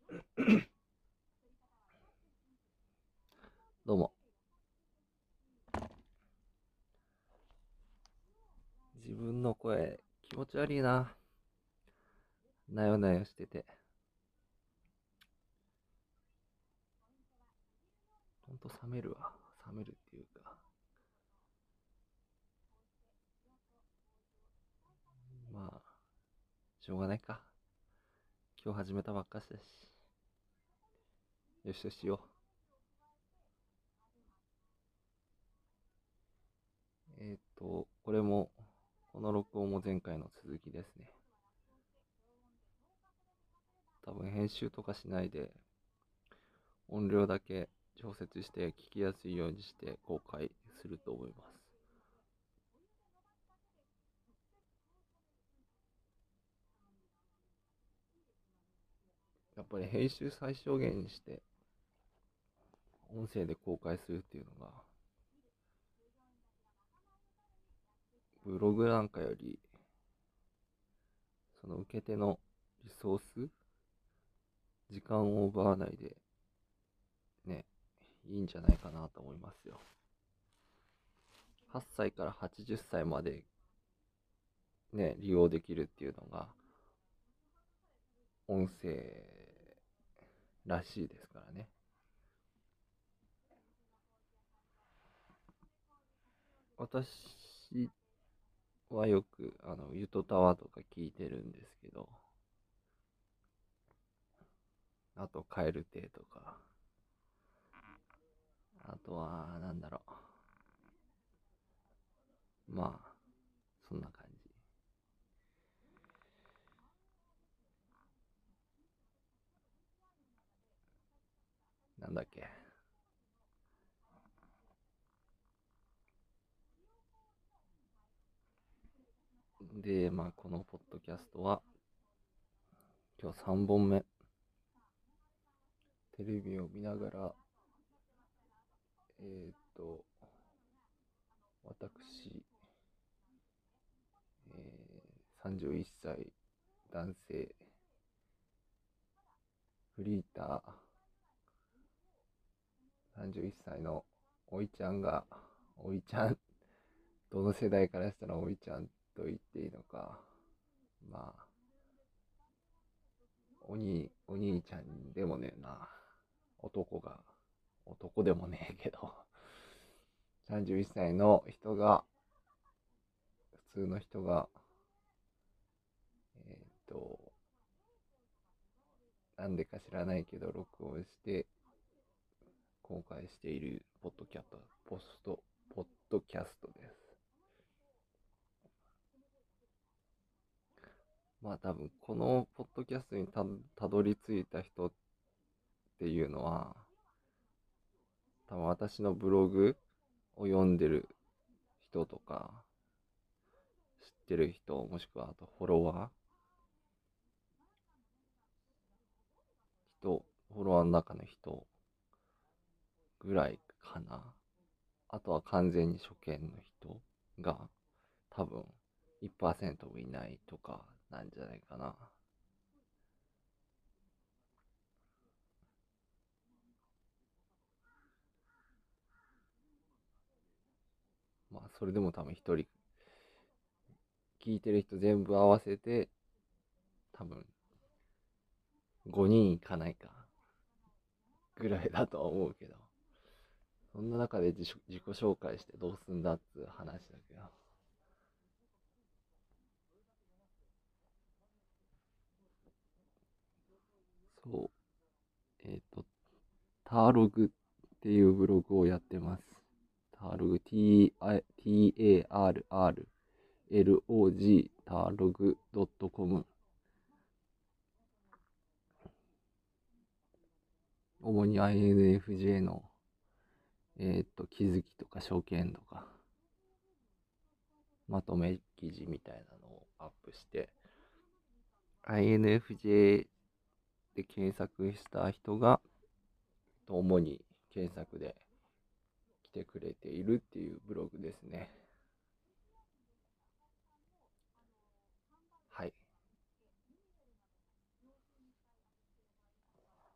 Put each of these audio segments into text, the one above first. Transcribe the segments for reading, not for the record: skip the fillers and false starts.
どうも。自分の声、気持ち悪いな。なよなよしてて。ほんと冷めるわ。冷めるっていうか。まあ、しょうがないか。今日始めたばっかしだし。よしよしよ。これも、この録音も前回の続きですね。多分編集とかしないで、音量だけ調節して聞きやすいようにして公開すると思います。やっぱり編集最小限にして、音声で公開するっていうのが、ブログなんかより、その受け手のリソース、時間を奪わないで、ね、いいんじゃないかなと思いますよ。8歳から80歳までね、利用できるっていうのが、音声らしいですからね。私はよく、ゆとたわとか聞いてるんですけど、あと、カエル亭とか、あとは、なんだろう。まあ、そんな感じ。なんだっけ。で、まあ、このポッドキャストは、今日3本目。テレビを見ながら、えーっと、私、31歳男性、フリーター、31歳のおいちゃんが、おいちゃん、どの世代からしたらおいちゃんと言っていいのか、まあ、お兄ちゃんでもねえな、男が、男でもねえけど、31歳の人が、普通の人が、えーっと、なんでか知らないけど、録音して公開しているポッドキャストです。まあ多分このポッドキャストにたどり着いた人っていうのは、多分私のブログを読んでる人とか、知ってる人、もしくはあとフォロワーフォロワーの中の人ぐらいかな。あとは完全に初見の人が多分1%もいないとかなんじゃないかな。まあそれでも多分一人聞いてる人全部合わせて多分5人いかないかぐらいだとは思うけど、そんな中で自己紹介してどうすんだっていう話だけど、そう、ターログっていうブログをやってます。ターログ、TARRLOG、ターログ .com。主に INFJ の、気づきとか証券とか、まとめ記事みたいなのをアップして、INFJ で検索した人が、主に検索で来てくれているっていうブログですね。はい。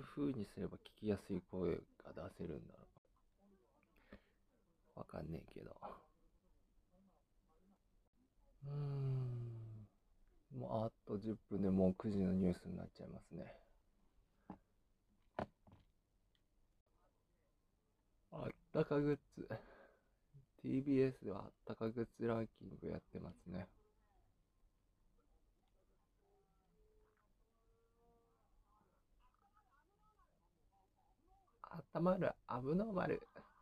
風にすれば聞きやすい声が出せるんだろう。わかんねえけど。もうあと10分でもう9時のニュースになっちゃいますね。あったかグッズ。TBS ではあったかグッズランキングやってますね。あったまる、アブノーマル。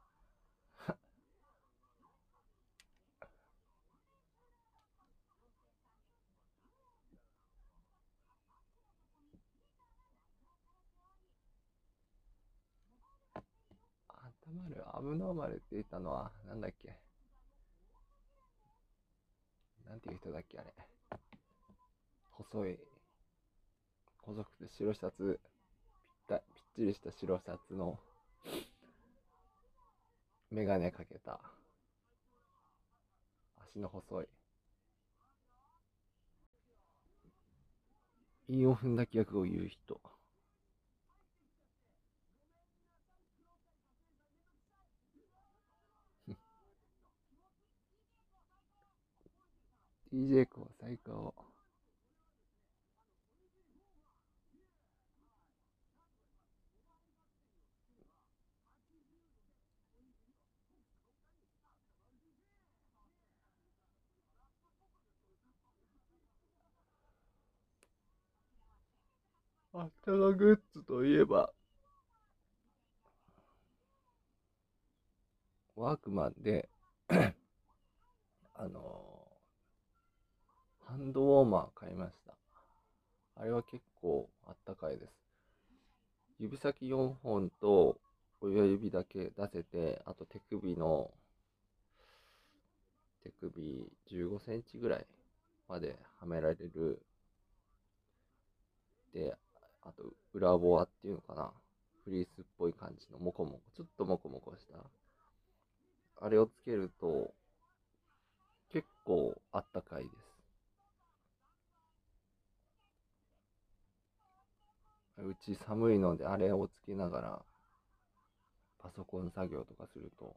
あったまる、アブノーマルって言ったのは、なんだっけ、なんていう人だっけ、あれ。細い、細くて白シャツ、ぴっちりした白シャツの、メガネかけた、足の細い、韻を踏んだギャグを言う人。DJ コは最高。あったかグッズといえば、ワークマンであのハンドウォーマー買いました。あれは結構あったかいです。指先4本と親指だけ出せて、あと手首15センチぐらいまではめられる。で、あと裏ボアっていうのかな。フリースっぽい感じのちょっとモコモコした。あれをつけると結構あったかいです。うち寒いのであれをつけながらパソコン作業とかすると、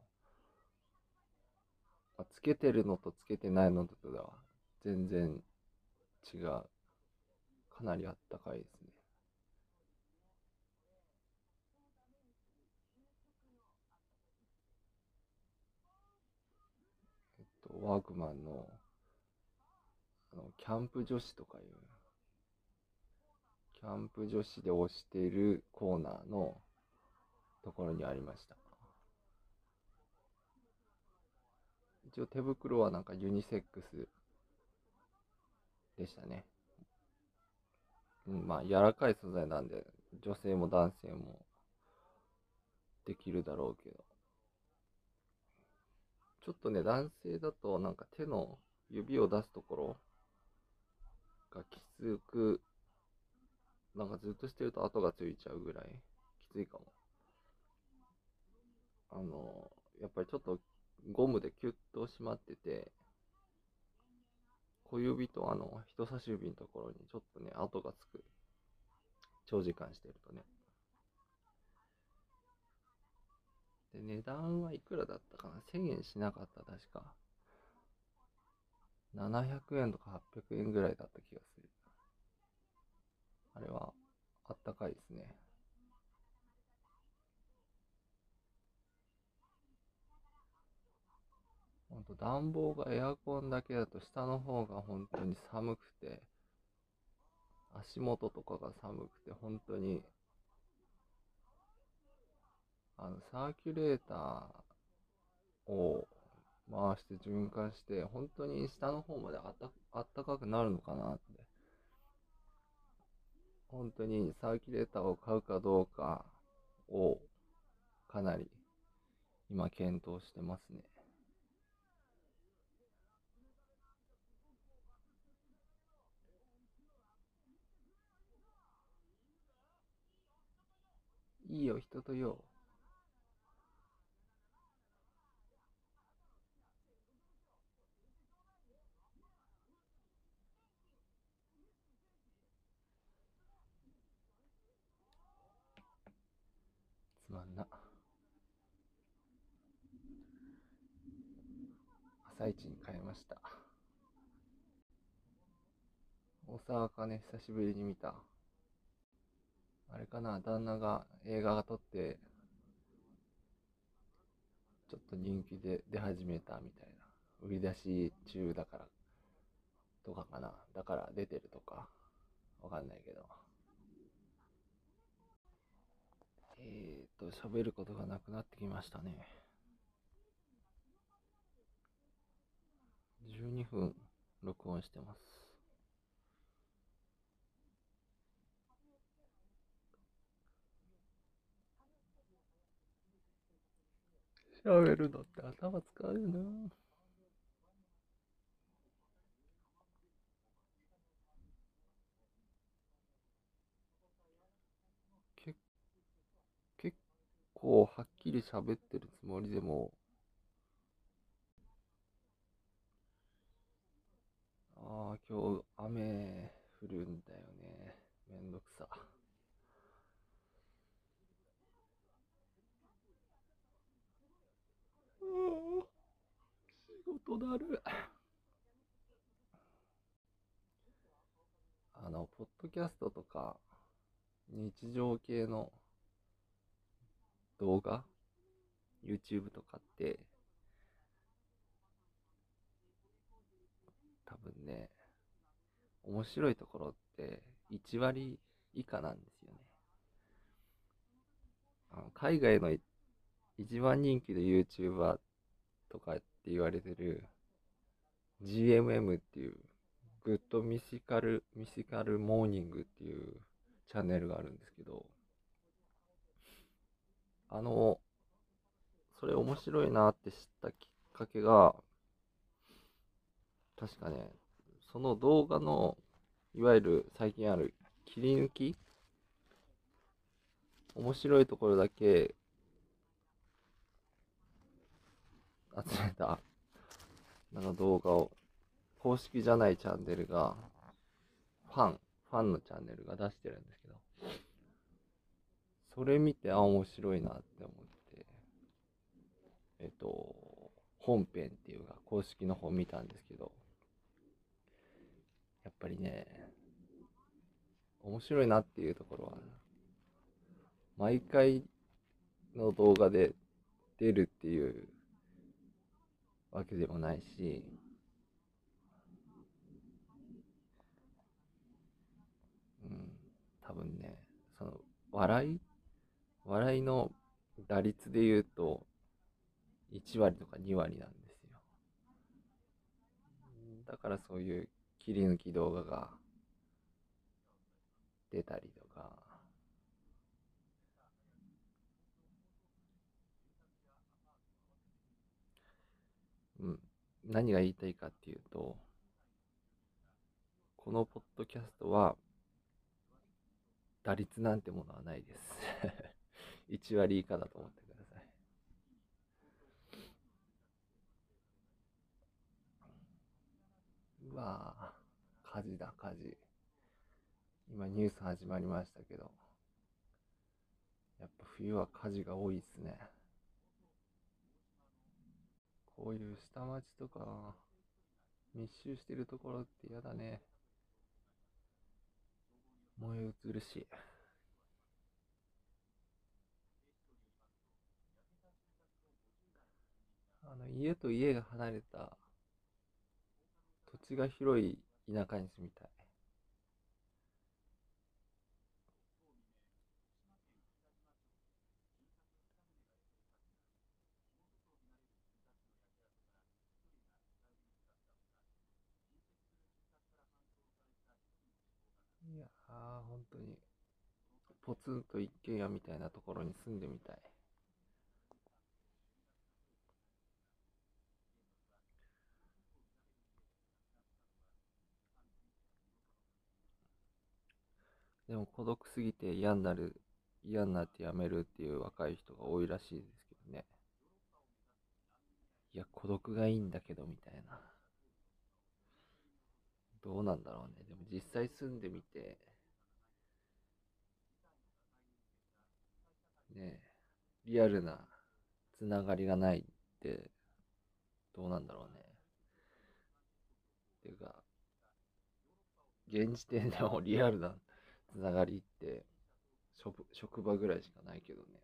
つけてるのとつけてないのとでは全然違う。かなりあったかいですね。ワークマンのキャンプ女子とかいう、キャンプ女子で推しているコーナーのところにありました。一応手袋はなんかユニセックスでしたね。まあ柔らかい素材なんで女性も男性もできるだろうけど、ちょっとね、男性だとなんか手の指を出すところがきつく、なんかずっとしてると跡がついちゃうぐらいきついかも。やっぱりちょっとゴムでキュッと締まってて、小指と人差し指のところにちょっとね、跡がつく。長時間してるとね。で、値段はいくらだったかな？ 1000 円しなかった、確か。700円とか800円ぐらいだった気がする。あれはあったかいですね。ほんと暖房がエアコンだけだと下の方が本当に寒くて、足元とかが寒くて、本当にサーキュレーターを回して循環して、本当に下の方まであったかくなるのかなって。本当にサーキュレーターを買うかどうかをかなり今検討してますね。いいよ、人とよ。 んな。朝一に買いました。大沢かね、久しぶりに見た。あれかな、旦那が映画が撮って、ちょっと人気で出始めたみたいな。売り出し中だからとかかな。だから出てるとか。わかんないけど。喋ることがなくなってきましたね。12分録音してます。喋るのって頭使うよな。け結構はっきり喋ってるつもりでも、今日雨降るんだよね。めんどくさ。仕事だる。ポッドキャストとか、日常系の動画、YouTube とかって、多分ね、面白いところって1割以下なんですよね。海外の一番人気の YouTuber とかって言われてる GMM っていうグッドミシカルモーニングっていうチャンネルがあるんですけど、あの、それ面白いなって知ったきっかけが、確かね、その動画の、いわゆる最近ある切り抜き、面白いところだけ集めた、なんか動画を、公式じゃないチャンネルが、ファン、ファンのチャンネルが出してるんですけど、それ見て、面白いなって思って、本編っていうか、公式の方見たんですけど、やっぱりね、面白いなっていうところは、毎回の動画で出るっていうわけでもないし、うん、多分ね、その、笑いの打率で言うと、1割とか2割なんですよ。だからそういう切り抜き動画が出たりとか、うん、何が言いたいかっていうと、このポッドキャストは打率なんてものはないです。1割以下だと思ってください。うわぁ、火事だ、火事。今ニュース始まりましたけど、やっぱ冬は火事が多いですね。こういう下町とか密集してるところって嫌だね。燃え移るし。家と家が離れた土地が広い田舎に住みたい。いや本当にポツンと一軒家みたいなところに住んでみたい。でも孤独すぎて嫌になってやめるっていう若い人が多いらしいですけどね。いや、孤独がいいんだけどみたいな。どうなんだろうね。でも実際住んでみて、ねリアルなつながりがないってどうなんだろうね。っていうか、現時点でもリアルなつながりって職場ぐらいしかないけどね。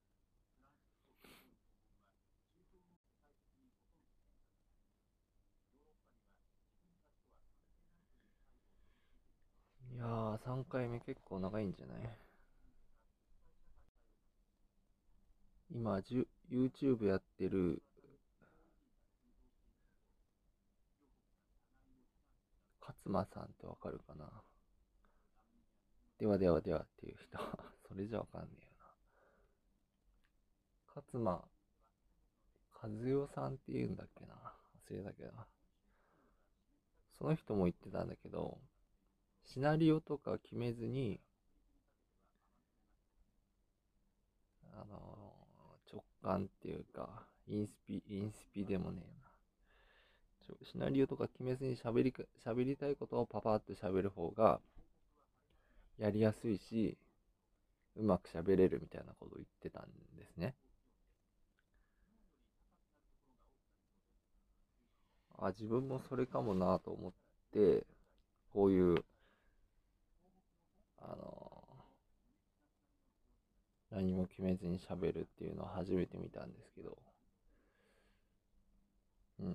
いやー、3回目結構長いんじゃない？今、YouTube やってる勝間さんってわかるかな？ではではではっていう人それじゃわかんねえよな。勝間和代さんっていうんだっけな。忘れたけど。その人も言ってたんだけど、シナリオとか決めずに、直感っていうか、インスピでもねえな。シナリオとか決めずに喋りたいことをパパッと喋る方がやりやすいし、うまく喋れるみたいなことを言ってたんですね。自分もそれかもなと思って、こういう、あの、何も決めずに喋るっていうのを初めて見たんですけど、うん。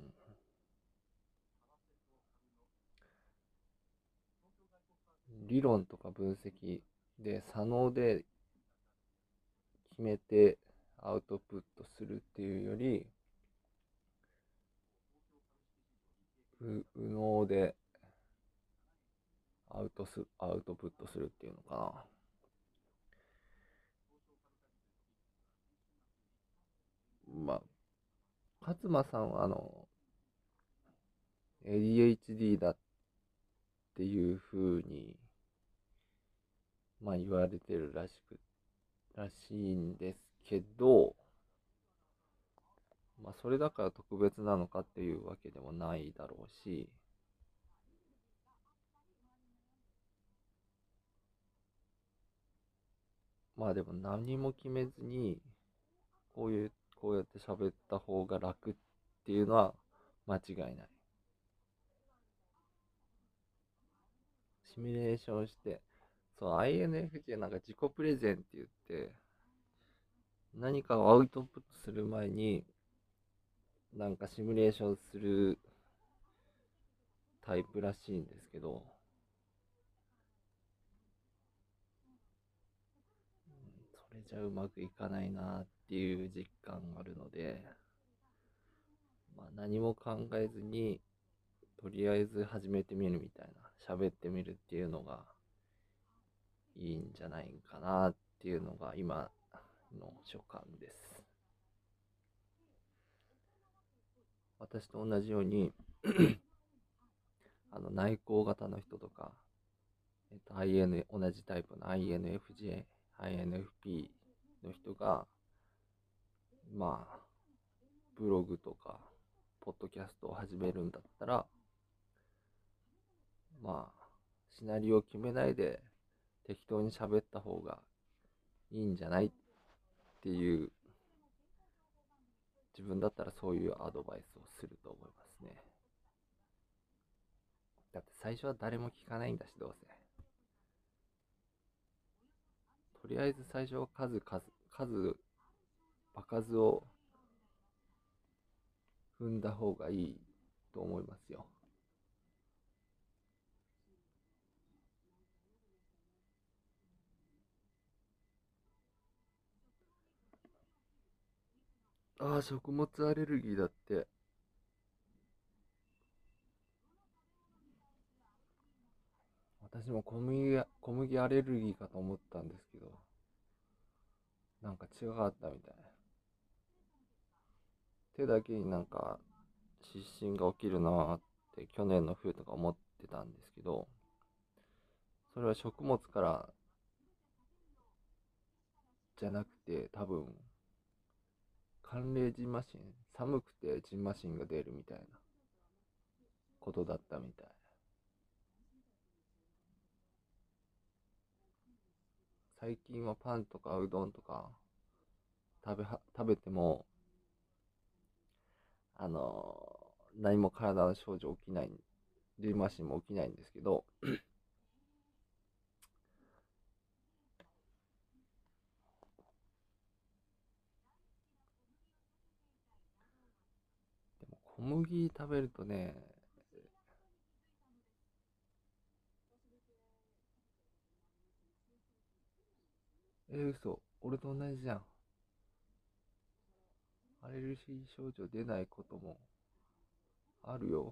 理論とか分析で、左脳で決めてアウトプットするっていうより、右脳でアウトプットするっていうのかな。まあ、勝間さんはADHD だっていう風に、まあ言われてるらしいんですけど、まあそれだから特別なのかっていうわけでもないだろうし、まあでも何も決めずに、こうやって喋った方が楽っていうのは間違いない。シミュレーションして、そう、INFJ なんか自己プレゼンって言って、何かをアウトプットする前に、なんかシミュレーションするタイプらしいんですけど、それじゃうまくいかないなっていう実感があるので、まあ、何も考えずに、とりあえず始めてみるみたいな、喋ってみるっていうのがいいんじゃないかなっていうのが今の所感です。私と同じように内向型の人とか、同じタイプの INFJ、INFP の人が、まあ、ブログとか、ポッドキャストを始めるんだったら、まあ、シナリオを決めないで適当に喋った方がいいんじゃないっていう、自分だったらそういうアドバイスをすると思いますね。だって最初は誰も聞かないんだし、どうせ。とりあえず最初は場数を踏んだ方がいいと思いますよ。食物アレルギーだって。私も小麦アレルギーかと思ったんですけど、なんか違かったみたい。手だけになんか湿疹が起きるなーって去年の冬とか思ってたんですけど、それは食物からじゃなくて多分寒冷ジンマシン、寒くてジンマシンが出るみたいなことだったみたい。最近はパンとかうどんとか食べても、何も体の症状起きない、リウマチも起きないんですけど、でも小麦食べるとね、嘘、俺と同じじゃん。アレルギー症状出ないこともあるよ。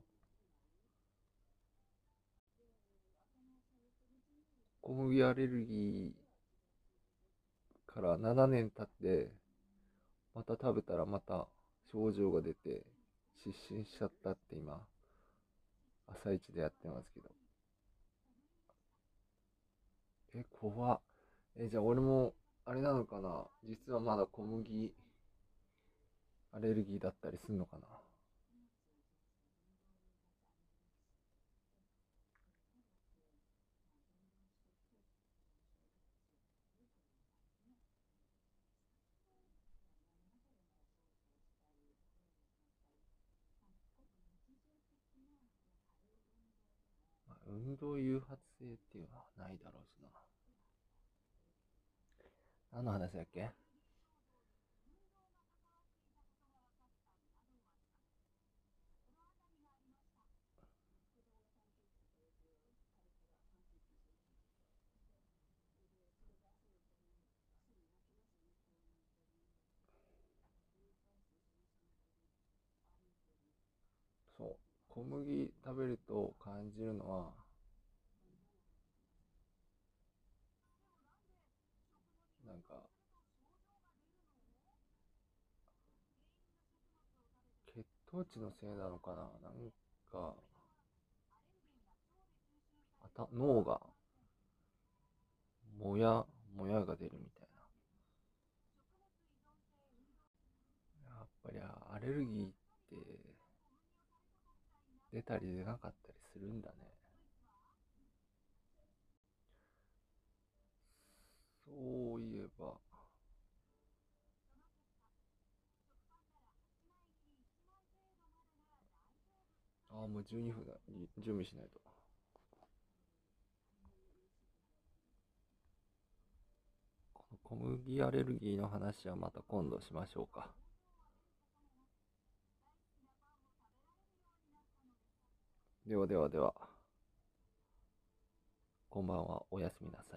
小麦アレルギーから7年経って、また食べたらまた症状が出て、失神しちゃったって今、朝一でやってますけど。怖っ。じゃあ俺も、あれなのかな、実はまだ小麦アレルギーだったりするのかな。まあ、運動誘発性っていうのはないだろうしな。何の話だっけ？そう。小麦食べると感じるのは、なんか、血糖値のせいなのかな、なんか、脳がもや、もやが出るみたいな。やっぱりアレルギーって出たり出なかったりするんだね。そういえば、もう12分だ。準備しないと。この小麦アレルギーの話はまた今度しましょうか。ではではでは、こんばんは、おやすみなさい。